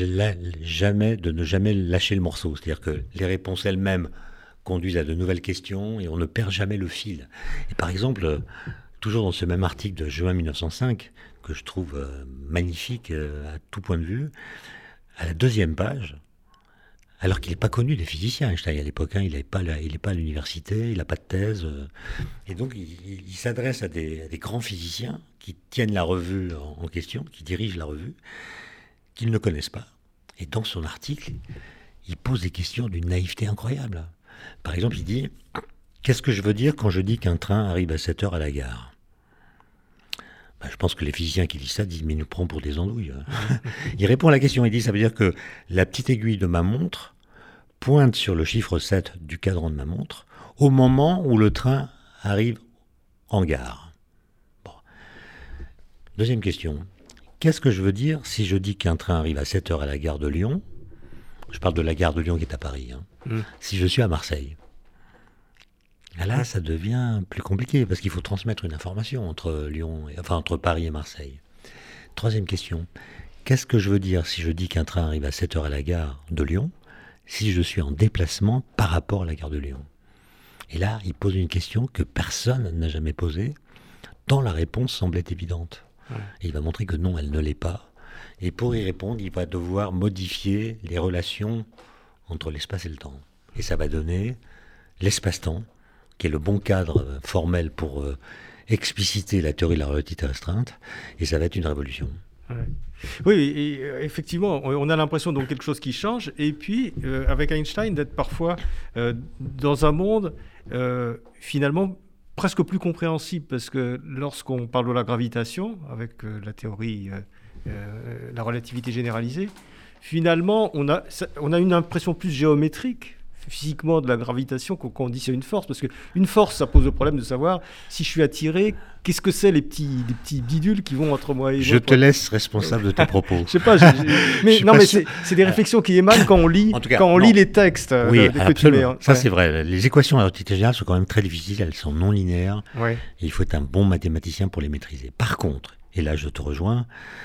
ne jamais lâcher le morceau. C'est-à-dire que les réponses elles-mêmes conduisent à de nouvelles questions et on ne perd jamais le fil. Et par exemple, toujours dans ce même article de juin 1905, que je trouve magnifique à tout point de vue, à la 2e page, alors qu'il n'est pas connu des physiciens, Einstein, à l'époque, il n'est pas à l'université, il n'a pas de thèse. Et donc, il s'adresse à des grands physiciens qui tiennent la revue en question, qui dirigent la revue, qu'ils ne connaissent pas. Et dans son article, il pose des questions d'une naïveté incroyable. Par exemple, il dit « Qu'est-ce que je veux dire quand je dis qu'un train arrive à 7 heures à la gare ?» Je pense que les physiciens qui disent ça disent « Mais il nous prend pour des andouilles. » Il répond à la question, il dit « Ça veut dire que la petite aiguille de ma montre pointe sur le chiffre 7 du cadran de ma montre au moment où le train arrive en gare. » Bon. Deuxième question. Qu'est-ce que je veux dire si je dis qu'un train arrive à 7 heures à la gare de Lyon ? Je parle de la gare de Lyon qui est à Paris. Si je suis à Marseille. Là, ça devient plus compliqué parce qu'il faut transmettre une information entre Paris et Marseille. Troisième question. Qu'est-ce que je veux dire si je dis qu'un train arrive à 7 heures à la gare de Lyon si je suis en déplacement par rapport à la gare de Lyon ? Et là, il pose une question que personne n'a jamais posée, tant la réponse semblait évidente. Et il va montrer que non, elle ne l'est pas. Et pour y répondre, il va devoir modifier les relations entre l'espace et le temps. Et ça va donner l'espace-temps, qui est le bon cadre formel pour expliciter la théorie de la relativité restreinte, et ça va être une révolution. Ouais. Oui, et effectivement, on a l'impression donc quelque chose qui change, et puis avec Einstein d'être parfois dans un monde finalement presque plus compréhensible, parce que lorsqu'on parle de la gravitation, avec la théorie, la relativité généralisée, finalement on a une impression plus géométrique, physiquement de la gravitation qu'on dit c'est une force, parce qu'une force, ça pose le problème de savoir si je suis attiré, qu'est-ce que c'est les petits bidules qui vont entre moi et Je te laisse responsable de tes propos. Je sais pas, mais c'est des réflexions qui émanent quand on lit, lit les textes. Oui, absolument. Ça c'est vrai. Les équations à relativité générale sont quand même très difficiles, elles sont non linéaires, et il faut être un bon mathématicien pour les maîtriser. Par contre, et là je te rejoins,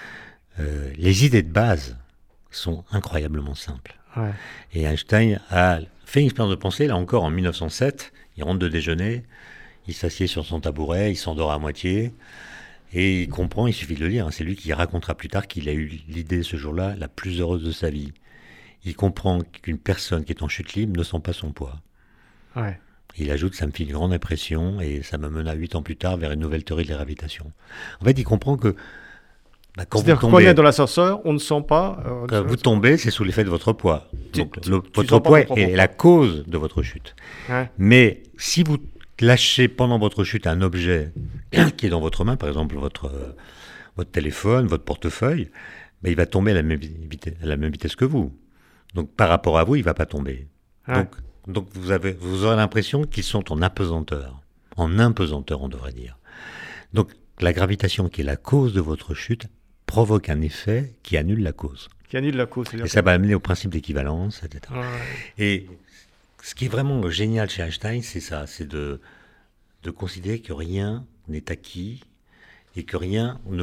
les idées de base sont incroyablement simples. Ouais. Et Einstein a fait une expérience de pensée, là encore en 1907, il rentre de déjeuner, il s'assied sur son tabouret, il s'endort à moitié, et il comprend, il suffit de le lire, hein, c'est lui qui racontera plus tard qu'il a eu l'idée ce jour-là la plus heureuse de sa vie. Il comprend qu'une personne qui est en chute libre ne sent pas son poids. Ouais. Il ajoute, ça me fait une grande impression, et ça me mena 8 ans plus tard vers une nouvelle théorie de la gravitation. En fait, il comprend que c'est-à-dire que quand on est dans l'ascenseur, on ne sent pas... quand vous tombez, c'est sous l'effet de votre poids. Donc, votre poids est la cause de votre chute. Ouais. Mais si vous lâchez pendant votre chute un objet qui est dans votre main, par exemple votre téléphone, votre portefeuille, il va tomber à la même vitesse que vous. Donc par rapport à vous, il ne va pas tomber. Ouais. Donc vous aurez l'impression qu'ils sont en apesanteur. En impesanteur, on devrait dire. Donc la gravitation, qui est la cause de votre chute, provoque un effet qui annule la cause. Et ça va amener au principe d'équivalence, etc. Ouais. Et ce qui est vraiment génial chez Einstein, c'est ça, c'est de considérer que rien n'est acquis et que rien ne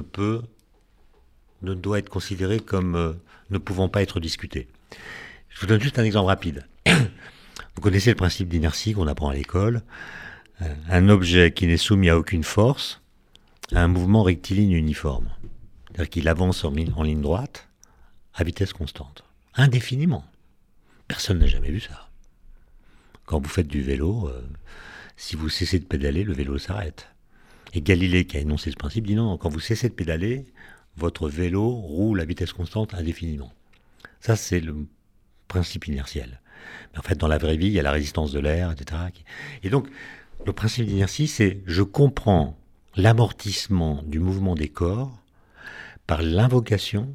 doit être considéré comme ne pouvant pas être discuté. Je vous donne juste un exemple rapide. Vous connaissez le principe d'inertie qu'on apprend à l'école. Un objet qui n'est soumis à aucune force a un mouvement rectiligne uniforme. C'est-à-dire qu'il avance en ligne droite à vitesse constante, indéfiniment. Personne n'a jamais vu ça. Quand vous faites du vélo, si vous cessez de pédaler, le vélo s'arrête. Et Galilée, qui a énoncé ce principe, dit non, quand vous cessez de pédaler, votre vélo roule à vitesse constante indéfiniment. Ça, c'est le principe inertiel. Mais en fait, dans la vraie vie, il y a la résistance de l'air, etc. Et donc, le principe d'inertie, c'est je comprends l'amortissement du mouvement des corps par l'invocation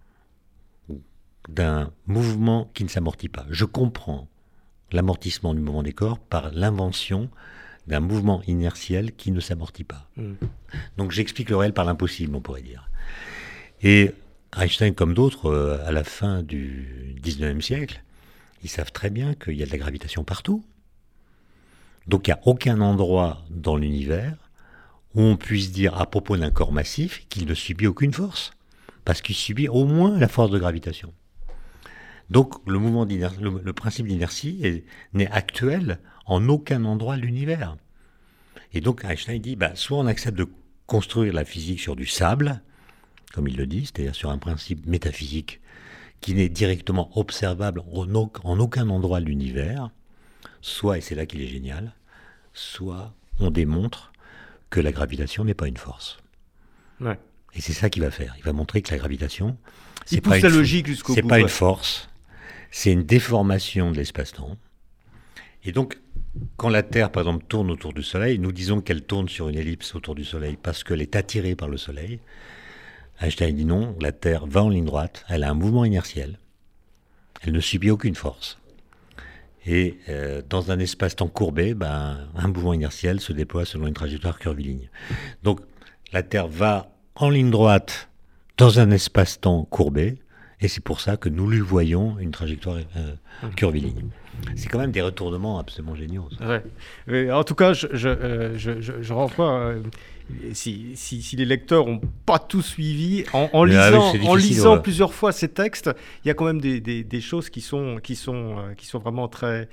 d'un mouvement qui ne s'amortit pas. Je comprends l'amortissement du mouvement des corps par l'invention d'un mouvement inertiel qui ne s'amortit pas. Donc j'explique le réel par l'impossible, on pourrait dire. Et Einstein, comme d'autres, à la fin du 19e siècle, ils savent très bien qu'il y a de la gravitation partout. Donc il n'y a aucun endroit dans l'univers où on puisse dire à propos d'un corps massif qu'il ne subit aucune force, parce qu'il subit au moins la force de gravitation. Donc le principe d'inertie n'est actuel en aucun endroit de l'univers. Et donc Einstein dit, soit on accepte de construire la physique sur du sable, comme il le dit, c'est-à-dire sur un principe métaphysique qui n'est directement observable en aucun endroit de l'univers, soit, et c'est là qu'il est génial, soit on démontre que la gravitation n'est pas une force. Ouais. Et c'est ça qu'il va faire. Il va montrer que la gravitation, c'est pas la logique jusqu'au bout. C'est pas une force, c'est une déformation de l'espace-temps. Et donc, quand la Terre, par exemple, tourne autour du Soleil, nous disons qu'elle tourne sur une ellipse autour du Soleil parce qu'elle est attirée par le Soleil. Einstein dit non, la Terre va en ligne droite, elle a un mouvement inertiel, elle ne subit aucune force. Et dans un espace-temps courbé, un mouvement inertiel se déploie selon une trajectoire curviligne. Donc la Terre va en ligne droite dans un espace-temps courbé, et c'est pour ça que nous lui voyons une trajectoire curviligne. C'est quand même des retournements absolument géniaux. Ouais. En tout cas, je renvoie... Si les lecteurs n'ont pas tout suivi, en lisant plusieurs fois ces textes, il y a quand même des choses qui sont vraiment très...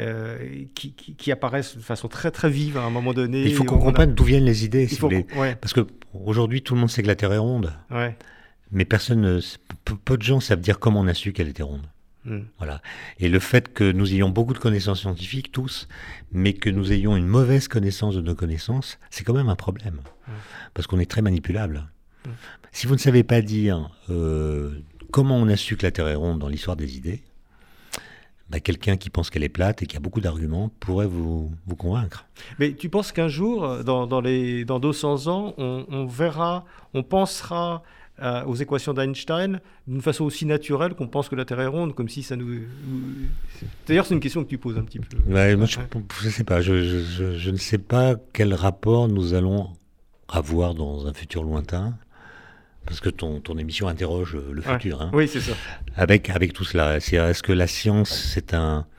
qui apparaissent de façon très très vive à un moment donné. Il faut qu'on comprenne d'où viennent les idées, si vous voulez. Ouais. Parce qu'aujourd'hui, tout le monde sait que la Terre est ronde. Ouais. Mais peu de gens savent dire comment on a su qu'elle était ronde. Voilà. Et le fait que nous ayons beaucoup de connaissances scientifiques, tous, mais que nous ayons une mauvaise connaissance de nos connaissances, c'est quand même un problème. Parce qu'on est très manipulable. Si vous ne savez pas dire comment on a su que la Terre est ronde dans l'histoire des idées, quelqu'un qui pense qu'elle est plate et qui a beaucoup d'arguments pourrait vous convaincre. Mais tu penses qu'un jour, dans 200 ans, on verra, on pensera aux équations d'Einstein d'une façon aussi naturelle qu'on pense que la Terre est ronde, comme si ça nous... D'ailleurs, c'est une question que tu poses un petit peu. Ouais, moi, je ne sais pas. Je ne sais pas quel rapport nous allons avoir dans un futur lointain. Parce que ton émission interroge le futur. Hein, oui, c'est ça. Avec tout cela. Est-ce que la science, c'est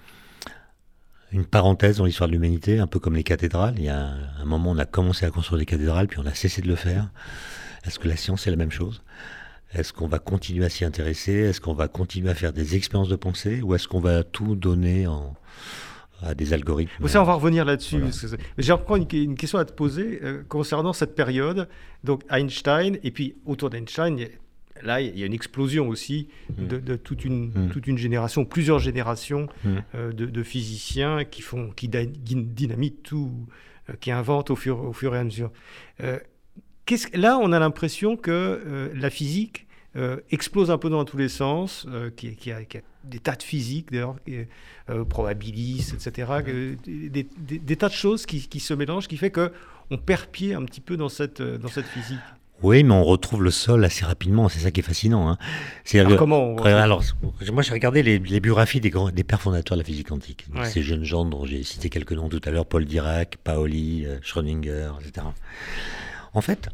une parenthèse dans l'histoire de l'humanité, un peu comme les cathédrales? Il y a un moment, on a commencé à construire des cathédrales, puis on a cessé de le faire. Est-ce que la science, c'est la même chose? Est-ce qu'on va continuer à s'y intéresser? Est-ce qu'on va continuer à faire des expériences de pensée? Ou est-ce qu'on va tout donner à des algorithmes? Ça, on va revenir là-dessus. Voilà. J'ai encore une question à te poser concernant cette période. Donc Einstein, et puis autour d'Einstein, il y a une explosion aussi de toute une génération, plusieurs générations de physiciens qui dynamitent tout, qui inventent au fur et à mesure. Là, on a l'impression que la physique explose un peu dans tous les sens, qu'il y a des tas de physiques, d'ailleurs, probabilistes, etc., des tas de choses qui se mélangent, qui fait qu'on perd pied un petit peu dans cette physique. Oui, mais on retrouve le sol assez rapidement, c'est ça qui est fascinant. Hein. Comment moi, j'ai regardé les biographies des pères fondateurs de la physique quantique. Ouais. Ces jeunes gens dont j'ai cité quelques noms tout à l'heure, Paul Dirac, Paoli, Schrödinger, etc. En fait,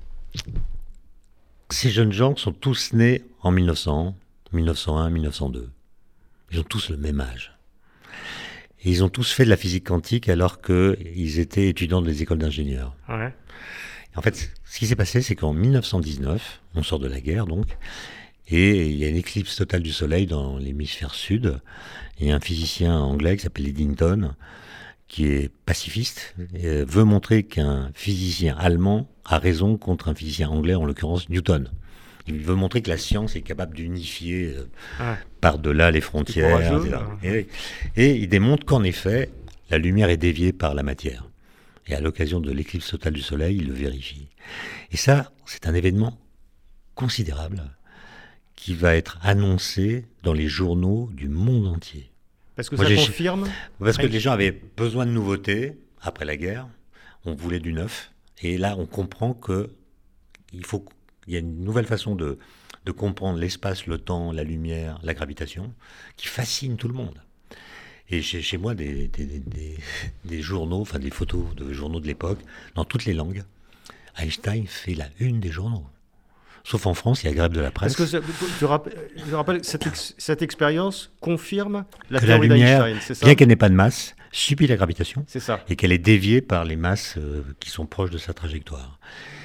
ces jeunes gens sont tous nés en 1900, 1901, 1902. Ils ont tous le même âge. Et ils ont tous fait de la physique quantique alors qu'ils étaient étudiants des écoles d'ingénieurs. Ouais. En fait, ce qui s'est passé, c'est qu'en 1919, on sort de la guerre donc, et il y a une éclipse totale du Soleil dans l'hémisphère sud. Il y a un physicien anglais qui s'appelle Eddington, qui est pacifiste, et veut montrer qu'un physicien allemand a raison contre un physicien anglais, en l'occurrence Newton. Il veut montrer que la science est capable d'unifier par-delà les frontières, etc. Et il démontre qu'en effet, la lumière est déviée par la matière. Et à l'occasion de l'éclipse totale du Soleil, il le vérifie. Et ça, c'est un événement considérable qui va être annoncé dans les journaux du monde entier. Parce que ça confirme. Parce que les gens avaient besoin de nouveautés après la guerre. On voulait du neuf. Et là, on comprend qu'il y a une nouvelle façon de comprendre l'espace, le temps, la lumière, la gravitation, qui fascine tout le monde. Et chez moi, des journaux, enfin des photos de journaux de l'époque, dans toutes les langues, Einstein fait la une des journaux. Sauf en France, il y a grève de la presse. Est-ce que je rappelle cette expérience confirme la que théorie la lumière, d'Einstein, c'est ça? bien qu'elle n'ait pas de masse, subit la gravitation. C'est ça. Et qu'elle est déviée par les masses qui sont proches de sa trajectoire.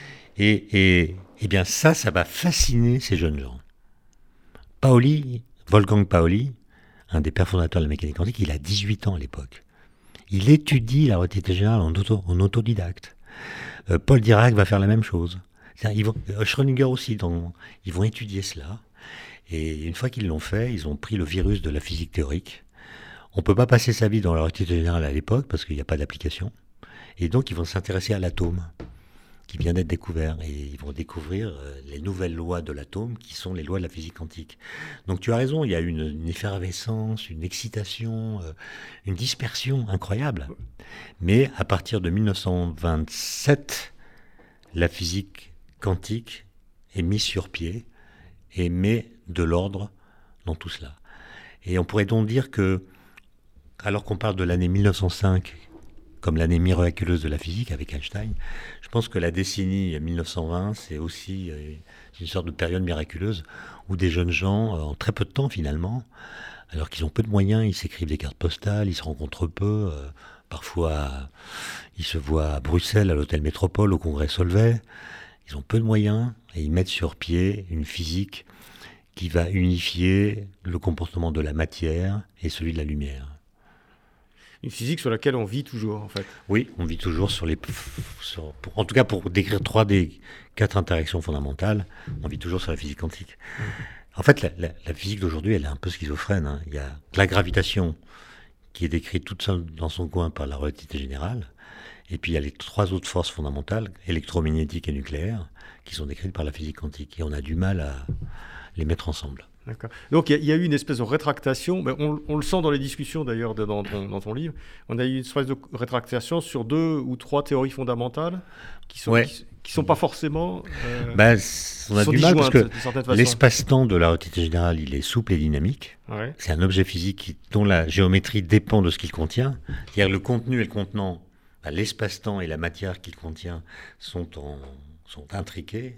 Et bien ça va fasciner ces jeunes gens. Wolfgang Pauli, un des pères fondateurs de la mécanique quantique, il a 18 ans à l'époque. Il étudie la relativité générale en autodidacte. Paul Dirac va faire la même chose. Schrödinger aussi, ils vont étudier cela. Et une fois qu'ils l'ont fait, ils ont pris le virus de la physique théorique. On ne peut pas passer sa vie dans la relativité générale à l'époque parce qu'il n'y a pas d'application. Et donc ils vont s'intéresser à l'atome qui vient d'être découvert. Et ils vont découvrir les nouvelles lois de l'atome qui sont les lois de la physique quantique. Donc tu as raison, il y a une effervescence, une excitation, une dispersion incroyable. Mais à partir de 1927, la physique quantique est mise sur pied et met de l'ordre dans tout cela. Et on pourrait donc dire que, alors qu'on parle de l'année 1905 comme l'année miraculeuse de la physique avec Einstein, je pense que la décennie 1920, c'est aussi une sorte de période miraculeuse où des jeunes gens, en très peu de temps finalement, alors qu'ils ont peu de moyens, ils s'écrivent des cartes postales, ils se rencontrent peu, parfois ils se voient à Bruxelles, à l'hôtel Métropole, au congrès Solvay, ils ont peu de moyens et ils mettent sur pied une physique qui va unifier le comportement de la matière et celui de la lumière. Une physique sur laquelle on vit toujours, en fait. Oui, on vit toujours en tout cas pour décrire 3 des 4 interactions fondamentales, on vit toujours sur la physique quantique. En fait, la physique d'aujourd'hui, elle est un peu schizophrène. Hein. Il y a la gravitation qui est décrite toute seule dans son coin par la relativité générale, et puis il y a les 3 autres forces fondamentales, électromagnétiques et nucléaires, qui sont décrites par la physique quantique. Et on a du mal à les mettre ensemble. D'accord. Donc il y a eu une espèce de rétractation, mais on le sent dans les discussions d'ailleurs dans ton livre, on a eu une espèce de rétractation sur 2 ou 3 théories fondamentales qui sont, Ouais. qui sont pas forcément On a sont du mal parce disjointes, que d'une certaine façon. l'espace-temps de la relativité générale, il est souple et dynamique. Ouais. C'est un objet physique dont la géométrie dépend de ce qu'il contient. C'est-à-dire le contenu et le contenant, l'espace-temps et la matière qu'il contient sont intriqués.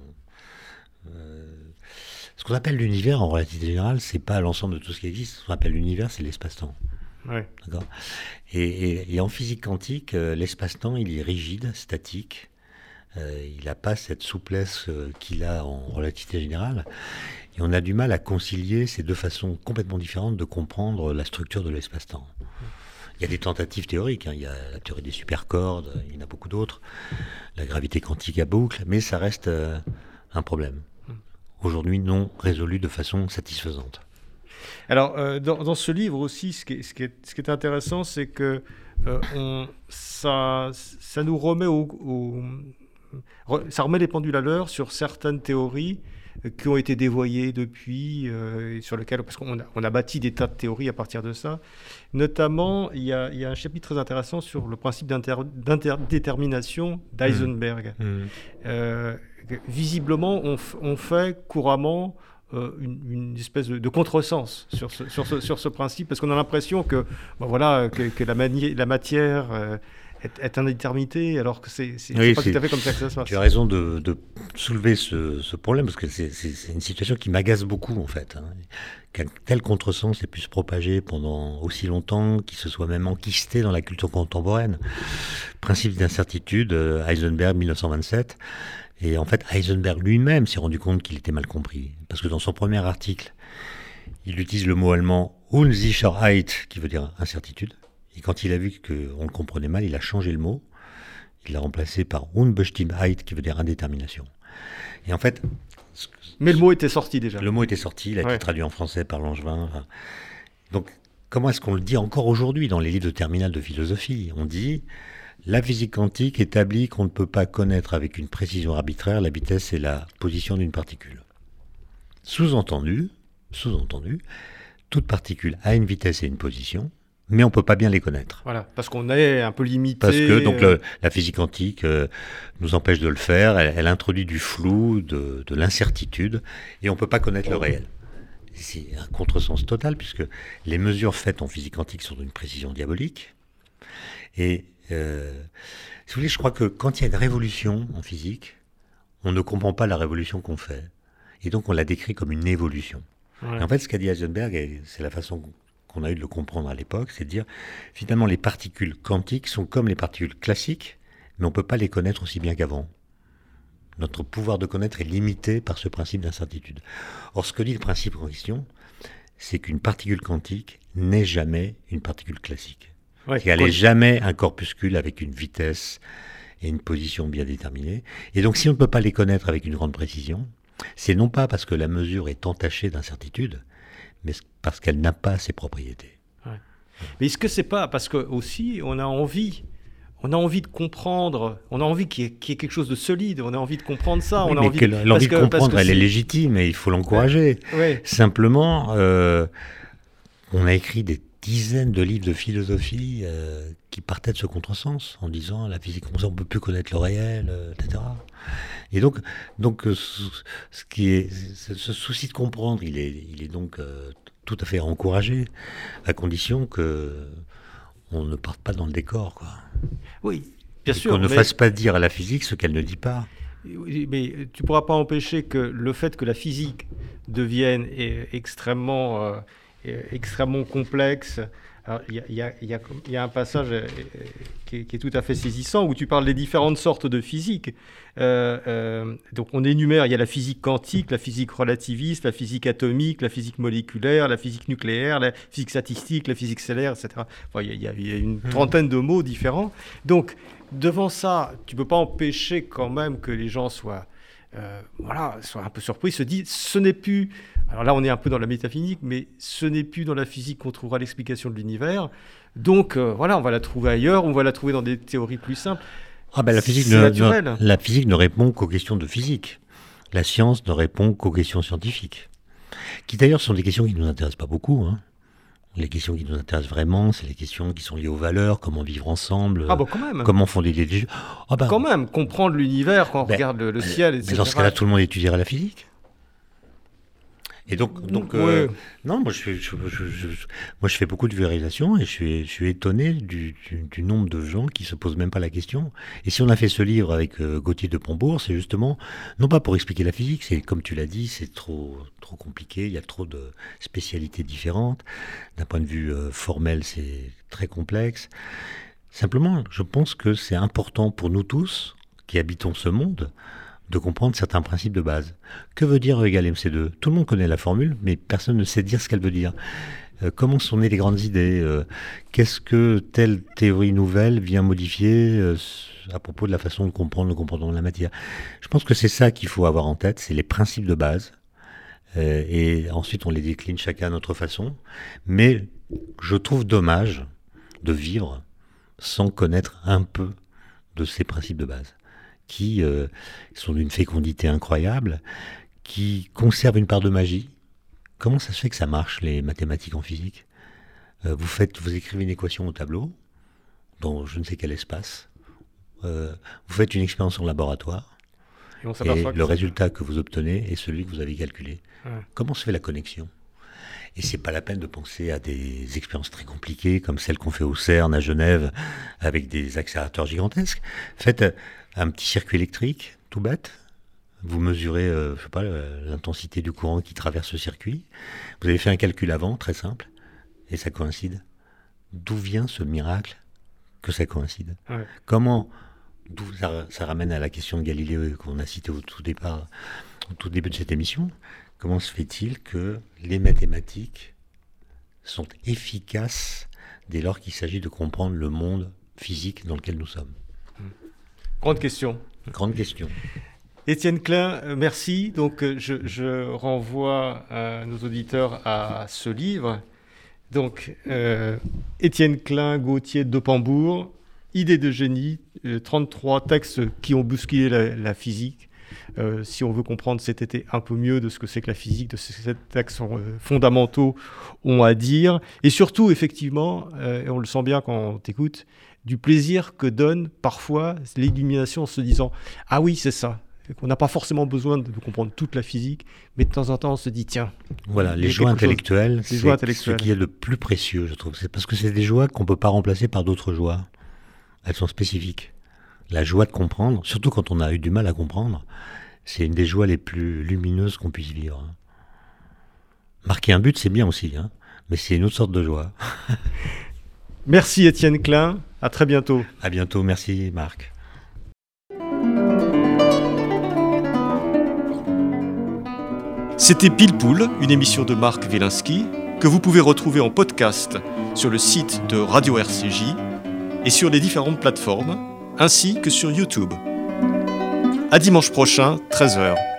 Ce qu'on appelle l'univers en relativité générale, c'est pas l'ensemble de tout ce qui existe. Ce qu'on appelle l'univers, c'est l'espace-temps. Ouais. D'accord. Et en physique quantique, l'espace-temps, il est rigide, statique. Il n'a pas cette souplesse qu'il a en relativité générale. Et on a du mal à concilier ces deux façons complètement différentes de comprendre la structure de l'espace-temps. Il y a des tentatives théoriques, il y a la théorie des supercordes, il y en a beaucoup d'autres, la gravité quantique à boucle, mais ça reste un problème. Aujourd'hui, non résolu de façon satisfaisante. Alors, dans ce livre aussi, ce qui est intéressant, c'est que ça nous remet ça remet les pendules à l'heure sur certaines théories qui ont été dévoyées depuis, sur lesquelles, parce qu'on a bâti des tas de théories à partir de ça. Notamment, il y a un chapitre très intéressant sur le principe d'interdétermination d'Heisenberg. Visiblement, on fait couramment une espèce de contresens sur ce principe, parce qu'on a l'impression que, que la matière est indéterminée, alors que c'est pas tout à fait comme ça que ça se passe. Tu as raison de soulever ce problème, parce que c'est une situation qui m'agace beaucoup, en fait. Qu'un tel contresens ait pu se propager pendant aussi longtemps, qu'il se soit même enquisté dans la culture contemporaine. Principe d'incertitude, Heisenberg, 1927. Et en fait, Heisenberg lui-même s'est rendu compte qu'il était mal compris. Parce que dans son premier article, il utilise le mot allemand Unsicherheit, qui veut dire incertitude. Et quand il a vu qu'on le comprenait mal, il a changé le mot. Il l'a remplacé par Unbestimmtheit, qui veut dire indétermination. Et en fait... Mais le mot était sorti déjà. Le mot était sorti, il a été traduit en français par Langevin. Donc, comment est-ce qu'on le dit encore aujourd'hui dans les livres de terminale de philosophie? On dit... La physique quantique établit qu'on ne peut pas connaître avec une précision arbitraire la vitesse et la position d'une particule. Sous-entendu, toute particule a une vitesse et une position, mais on ne peut pas bien les connaître. Voilà, parce qu'on est un peu limité. Parce que donc, la physique quantique nous empêche de le faire, elle introduit du flou, de l'incertitude, et on ne peut pas connaître le réel. C'est un contresens total, puisque les mesures faites en physique quantique sont d'une précision diabolique, et si vous voulez, je crois que quand il y a une révolution en physique, on ne comprend pas la révolution qu'on fait. Et donc on la décrit comme une évolution. Ouais. Et en fait, ce qu'a dit Heisenberg, et c'est la façon qu'on a eu de le comprendre à l'époque, c'est de dire, finalement, les particules quantiques sont comme les particules classiques, mais on ne peut pas les connaître aussi bien qu'avant. Notre pouvoir de connaître est limité par ce principe d'incertitude. Or, ce que dit le principe en question, c'est qu'une particule quantique n'est jamais une particule classique. Ouais, elle n'est jamais un corpuscule avec une vitesse et une position bien déterminée. Et donc, si on ne peut pas les connaître avec une grande précision, c'est non pas parce que la mesure est entachée d'incertitude, mais parce qu'elle n'a pas ses propriétés. Ouais. Mais est-ce que c'est pas parce que aussi on a envie de comprendre, on a envie qu'il y ait quelque chose de solide, on a envie de comprendre ça. Oui, l'envie de comprendre, elle est légitime et il faut l'encourager. Ouais. Simplement, on a écrit des dizaines de livres de philosophie qui partaient de ce contresens en disant la physique, on ne peut plus connaître le réel, etc. Et donc ce souci de comprendre, il est donc tout à fait encouragé, à condition que on ne parte pas dans le décor, quoi. Oui, bien sûr. Qu'on ne fasse pas dire à la physique ce qu'elle ne dit pas. Mais tu ne pourras pas empêcher que le fait que la physique devienne extrêmement complexe. Il y a un passage qui est tout à fait saisissant où tu parles des différentes sortes de physique. Donc on énumère, il y a la physique quantique, la physique relativiste, la physique atomique, la physique moléculaire, la physique nucléaire, la physique statistique, la physique stellaire, etc. Enfin, il y a une trentaine de mots différents. Donc devant ça, tu ne peux pas empêcher quand même que les gens soient un peu surpris, se disent ce n'est plus... Alors là, on est un peu dans la métaphysique, mais ce n'est plus dans la physique qu'on trouvera l'explication de l'univers. Donc, on va la trouver ailleurs, on va la trouver dans des théories plus simples. La physique ne répond qu'aux questions de physique. La science ne répond qu'aux questions scientifiques. Qui d'ailleurs sont des questions qui ne nous intéressent pas beaucoup. Hein. Les questions qui nous intéressent vraiment, c'est les questions qui sont liées aux valeurs, comment vivre ensemble, Quand même. comment fonder des jeux. Quand même, comprendre l'univers quand on regarde le ciel, etc. Mais dans ce cas-là, tout le monde étudiera la physique. Et donc non, moi je fais beaucoup de vulgarisation et je suis étonné du nombre de gens qui se posent même pas la question. Et si on a fait ce livre avec Gauthier de Pombourg, c'est justement non pas pour expliquer la physique, c'est comme tu l'as dit, c'est trop compliqué, il y a trop de spécialités différentes. D'un point de vue formel, c'est très complexe. Simplement, je pense que c'est important pour nous tous qui habitons ce monde de comprendre certains principes de base. Que veut dire E égale MC2 ? Tout le monde connaît la formule, mais personne ne sait dire ce qu'elle veut dire. Comment sont nées les grandes idées ? Qu'est-ce que telle théorie nouvelle vient modifier à propos de la façon de comprendre le comportement de la matière ? Je pense que c'est ça qu'il faut avoir en tête, c'est les principes de base. Et ensuite, on les décline chacun à notre façon. Mais je trouve dommage de vivre sans connaître un peu de ces principes de base, qui sont d'une fécondité incroyable, qui conservent une part de magie. Comment ça se fait que ça marche, les mathématiques en physique ? Vous écrivez une équation au tableau, dans je ne sais quel espace, vous faites une expérience en laboratoire, et le résultat que vous obtenez est celui que vous avez calculé. Ouais. Comment se fait la connexion ? Et c'est pas la peine de penser à des expériences très compliquées, comme celles qu'on fait au CERN à Genève, avec des accélérateurs gigantesques. Faites un petit circuit électrique, tout bête. Vous mesurez, l'intensité du courant qui traverse ce circuit. Vous avez fait un calcul avant, très simple, et ça coïncide. D'où vient ce miracle que ça coïncide ? Ouais. D'où ça ramène à la question de Galilée qu'on a citée au tout début de cette émission. Comment se fait-il que les mathématiques sont efficaces dès lors qu'il s'agit de comprendre le monde physique dans lequel nous sommes ? Grande question. Grande question. Étienne Klein, merci. Donc, je renvoie nos auditeurs à ce livre. Donc, Étienne Klein, Gauthier de Pombourg, Idées de génie, 33 textes qui ont bousculé la physique. Si on veut comprendre cet été un peu mieux de ce que c'est que la physique, de ce que ces textes fondamentaux ont à dire. Et surtout, effectivement, et on le sent bien quand on t'écoute, du plaisir que donne parfois l'illumination en se disant « Ah oui, c'est ça ». On n'a pas forcément besoin de comprendre toute la physique, mais de temps en temps, on se dit, tiens... Voilà, les joies intellectuelles, c'est ce qui est le plus précieux, je trouve. C'est parce que c'est des joies qu'on ne peut pas remplacer par d'autres joies. Elles sont spécifiques. La joie de comprendre, surtout quand on a eu du mal à comprendre, c'est une des joies les plus lumineuses qu'on puisse vivre. Marquer un but, c'est bien aussi, hein, mais c'est une autre sorte de joie. Merci Étienne Klein, à très bientôt. À bientôt, merci Marc. C'était Pile Poule, une émission de Marc Wielinski, que vous pouvez retrouver en podcast sur le site de Radio RCJ et sur les différentes plateformes, ainsi que sur YouTube. À dimanche prochain, 13h.